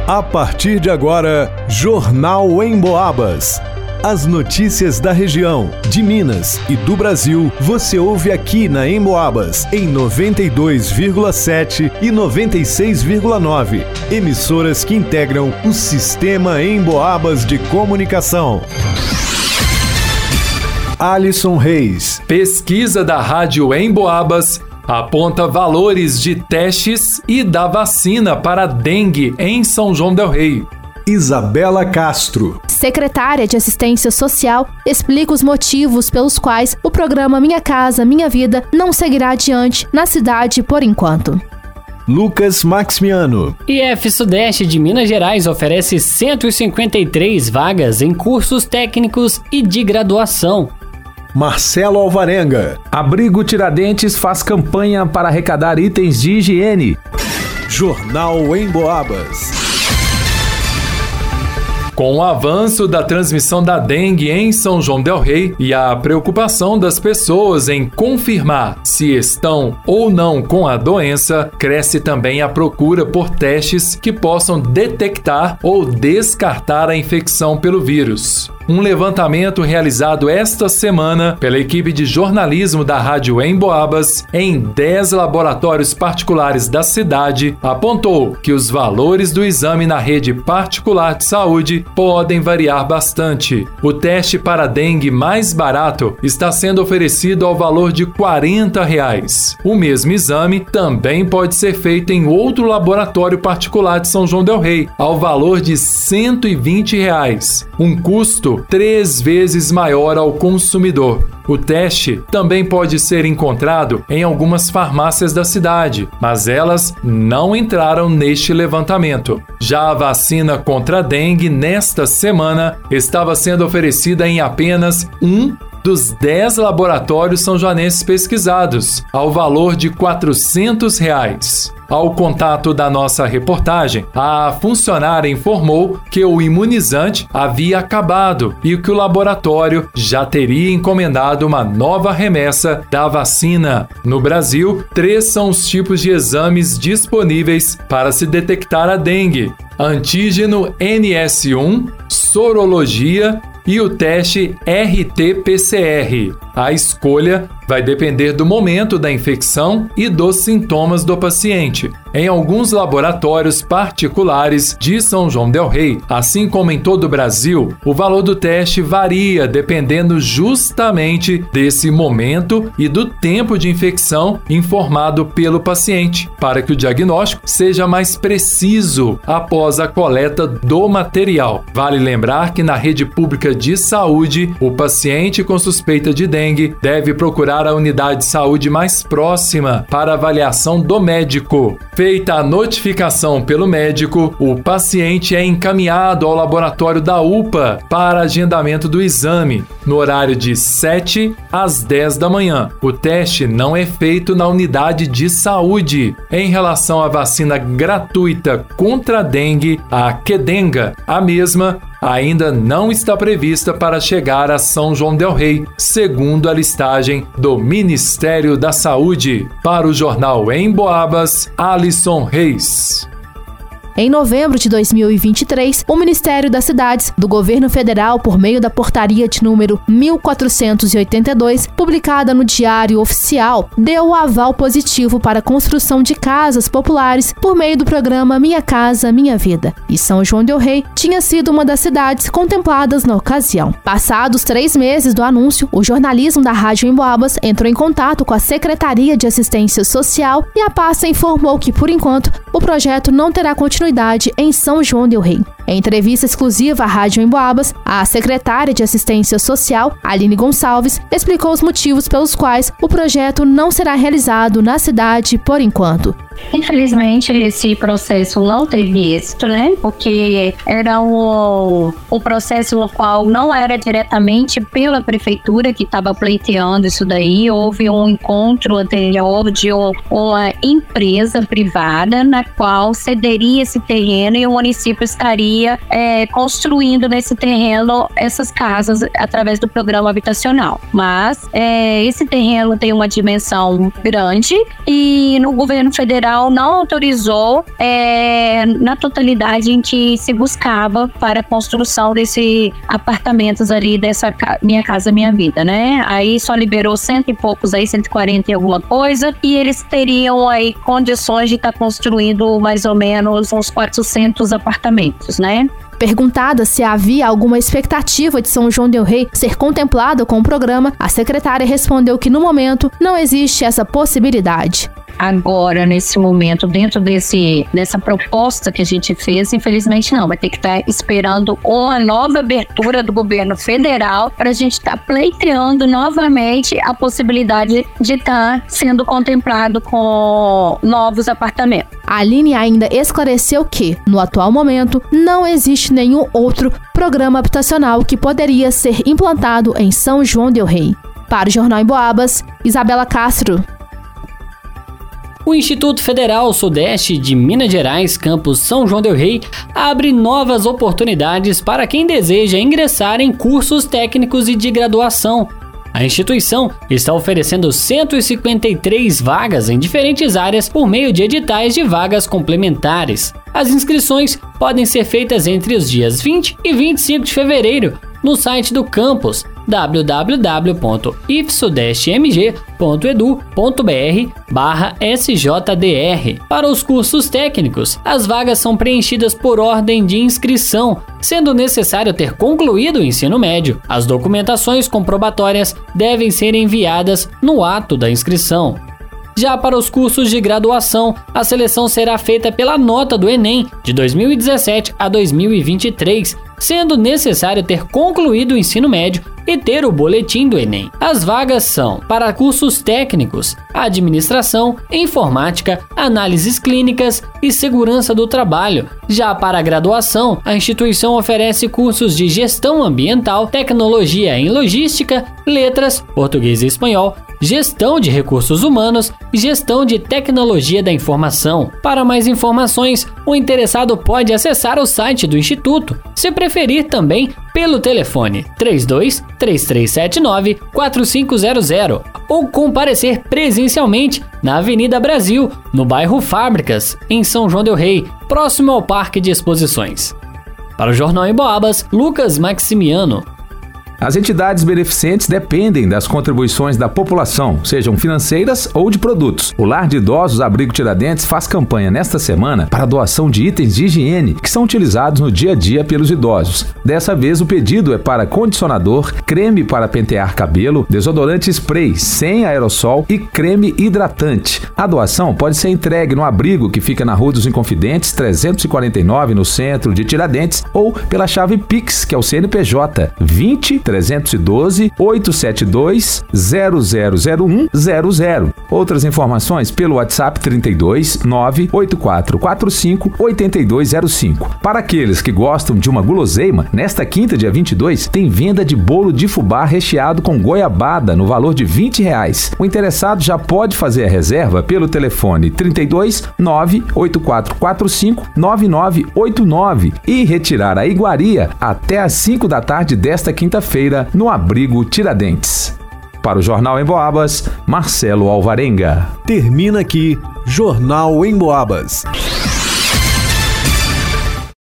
A partir de agora, Jornal Emboabas. As notícias da região, de Minas e do Brasil, você ouve aqui na Emboabas, em 92,7 e 96,9. Emissoras que integram o Sistema Emboabas de Comunicação. Alisson Reis. Pesquisa da Rádio Emboabas aponta valores de testes e da vacina para dengue em São João del Rei. Isabela Castro. Secretária de Assistência Social explica os motivos pelos quais o programa Minha Casa Minha Vida não seguirá adiante na cidade por enquanto. Lucas Maximiano. IF Sudeste de Minas Gerais oferece 153 vagas em cursos técnicos e de graduação. Marcelo Alvarenga. Abrigo Tiradentes faz campanha para arrecadar itens de higiene. Jornal Emboabas. Com o avanço da transmissão da dengue em São João del Rei e a preocupação das pessoas em confirmar se estão ou não com a doença, cresce também a procura por testes que possam detectar ou descartar a infecção pelo vírus. Um levantamento realizado esta semana pela equipe de jornalismo da Rádio Emboabas em 10 laboratórios particulares da cidade apontou que os valores do exame na rede particular de saúde podem variar bastante. O teste para dengue mais barato está sendo oferecido ao valor de R$ 40. O mesmo exame também pode ser feito em outro laboratório particular de São João del Rei, ao valor de R$ 120, um custo 3 vezes maior ao consumidor. O teste também pode ser encontrado em algumas farmácias da cidade, mas elas não entraram neste levantamento. Já a vacina contra a dengue nesta semana estava sendo oferecida em apenas um dos 10 laboratórios são-joanenses pesquisados, ao valor de R$ 400. Ao contato da nossa reportagem, a funcionária informou que o imunizante havia acabado e que o laboratório já teria encomendado uma nova remessa da vacina. No Brasil, 3 são os tipos de exames disponíveis para se detectar a dengue: antígeno NS1, sorologia e o teste RT-PCR. A escolha vai depender do momento da infecção e dos sintomas do paciente. Em alguns laboratórios particulares de São João del Rei, assim como em todo o Brasil, o valor do teste varia dependendo justamente desse momento e do tempo de infecção informado pelo paciente, para que o diagnóstico seja mais preciso após a coleta do material. Vale lembrar que na rede pública de saúde, o paciente com suspeita de dengue deve procurar a unidade de saúde mais próxima para avaliação do médico. Feita a notificação pelo médico, o paciente é encaminhado ao laboratório da UPA para agendamento do exame, no horário de 7 às 10 da manhã. O teste não é feito na unidade de saúde. Em relação à vacina gratuita contra a dengue, a Qdenga, a mesma ainda não está prevista para chegar a São João del Rei, segundo a listagem do Ministério da Saúde. Para o Jornal Emboabas, Alisson Reis. Em novembro de 2023, o Ministério das Cidades do Governo Federal, por meio da portaria de número 1482, publicada no Diário Oficial, deu o aval positivo para a construção de casas populares por meio do programa Minha Casa Minha Vida. E São João del Rei tinha sido uma das cidades contempladas na ocasião. Passados 3 meses do anúncio, o jornalismo da Rádio Emboabas entrou em contato com a Secretaria de Assistência Social e a pasta informou que, por enquanto, o projeto não terá continuidade em São João del Rei. Em entrevista exclusiva à Rádio Emboabas, a secretária de Assistência Social, Aline Gonçalves, explicou os motivos pelos quais o projeto não será realizado na cidade por enquanto. Infelizmente, esse processo não teve êxito, né? Porque era o processo no qual não era diretamente pela prefeitura que estava pleiteando isso daí. Houve um encontro anterior de uma empresa privada na qual cederia esse terreno e o município estaria construindo nesse terreno essas casas através do programa habitacional. Mas esse terreno tem uma dimensão grande e no governo federal federal não autorizou na totalidade em que se buscava para a construção desse apartamentos ali dessa Minha Casa Minha Vida, né? Aí só liberou 100 e poucos aí, 140 e alguma coisa, e eles teriam aí condições de estar construindo mais ou menos uns 400 apartamentos, né? Perguntada se havia alguma expectativa de São João del Rei ser contemplado com o programa, a secretária respondeu que no momento não existe essa possibilidade. Agora, nesse momento, dentro dessa proposta que a gente fez, infelizmente não, vai ter que estar esperando uma nova abertura do governo federal para a gente estar pleiteando novamente a possibilidade de estar sendo contemplado com novos apartamentos. A Aline ainda esclareceu que, no atual momento, não existe nenhum outro programa habitacional que poderia ser implantado em São João del Rei. Para o Jornal em Boabas, Isabela Castro. O Instituto Federal Sudeste de Minas Gerais, campus São João del Rei, abre novas oportunidades para quem deseja ingressar em cursos técnicos e de graduação. A instituição está oferecendo 153 vagas em diferentes áreas por meio de editais de vagas complementares. As inscrições podem ser feitas entre os dias 20 e 25 de fevereiro no site do campus www.ifsudestemg.edu.br/SJDR. Para os cursos técnicos, as vagas são preenchidas por ordem de inscrição, sendo necessário ter concluído o ensino médio. As documentações comprobatórias devem ser enviadas no ato da inscrição. Já para os cursos de graduação, a seleção será feita pela nota do Enem de 2017 a 2023, sendo necessário ter concluído o ensino médio e ter o boletim do Enem. As vagas são para cursos técnicos, administração, informática, análises clínicas e segurança do trabalho. Já para a graduação, a instituição oferece cursos de gestão ambiental, tecnologia em logística, letras, português e espanhol, gestão de recursos humanos e gestão de tecnologia da informação. Para mais informações, o interessado pode acessar o site do Instituto, se preferir também pelo telefone 32-3379-4500 ou comparecer presencialmente na Avenida Brasil, no bairro Fábricas, em São João del Rei, próximo ao Parque de Exposições. Para o Jornal em Boabas, Lucas Maximiano. As entidades beneficentes dependem das contribuições da população, sejam financeiras ou de produtos. O Lar de Idosos Abrigo Tiradentes faz campanha nesta semana para a doação de itens de higiene que são utilizados no dia a dia pelos idosos. Dessa vez o pedido é para condicionador, creme para pentear cabelo, desodorante spray sem aerossol e creme hidratante. A doação pode ser entregue no abrigo que fica na Rua dos Inconfidentes 349 no centro de Tiradentes ou pela chave Pix, que é o CNPJ 20-312-872-000100. Outras informações pelo WhatsApp 32-98445-8205. Para aqueles que gostam de uma guloseima, nesta quinta, dia 22, tem venda de bolo de fubá recheado com goiabada no valor de R$20. O interessado já pode fazer a reserva pelo telefone 32-98445-9989 e retirar a iguaria até às 5 da tarde desta quinta-feira no Abrigo Tiradentes. Para o Jornal em Boabas, Marcelo Alvarenga. Termina aqui Jornal em Boabas.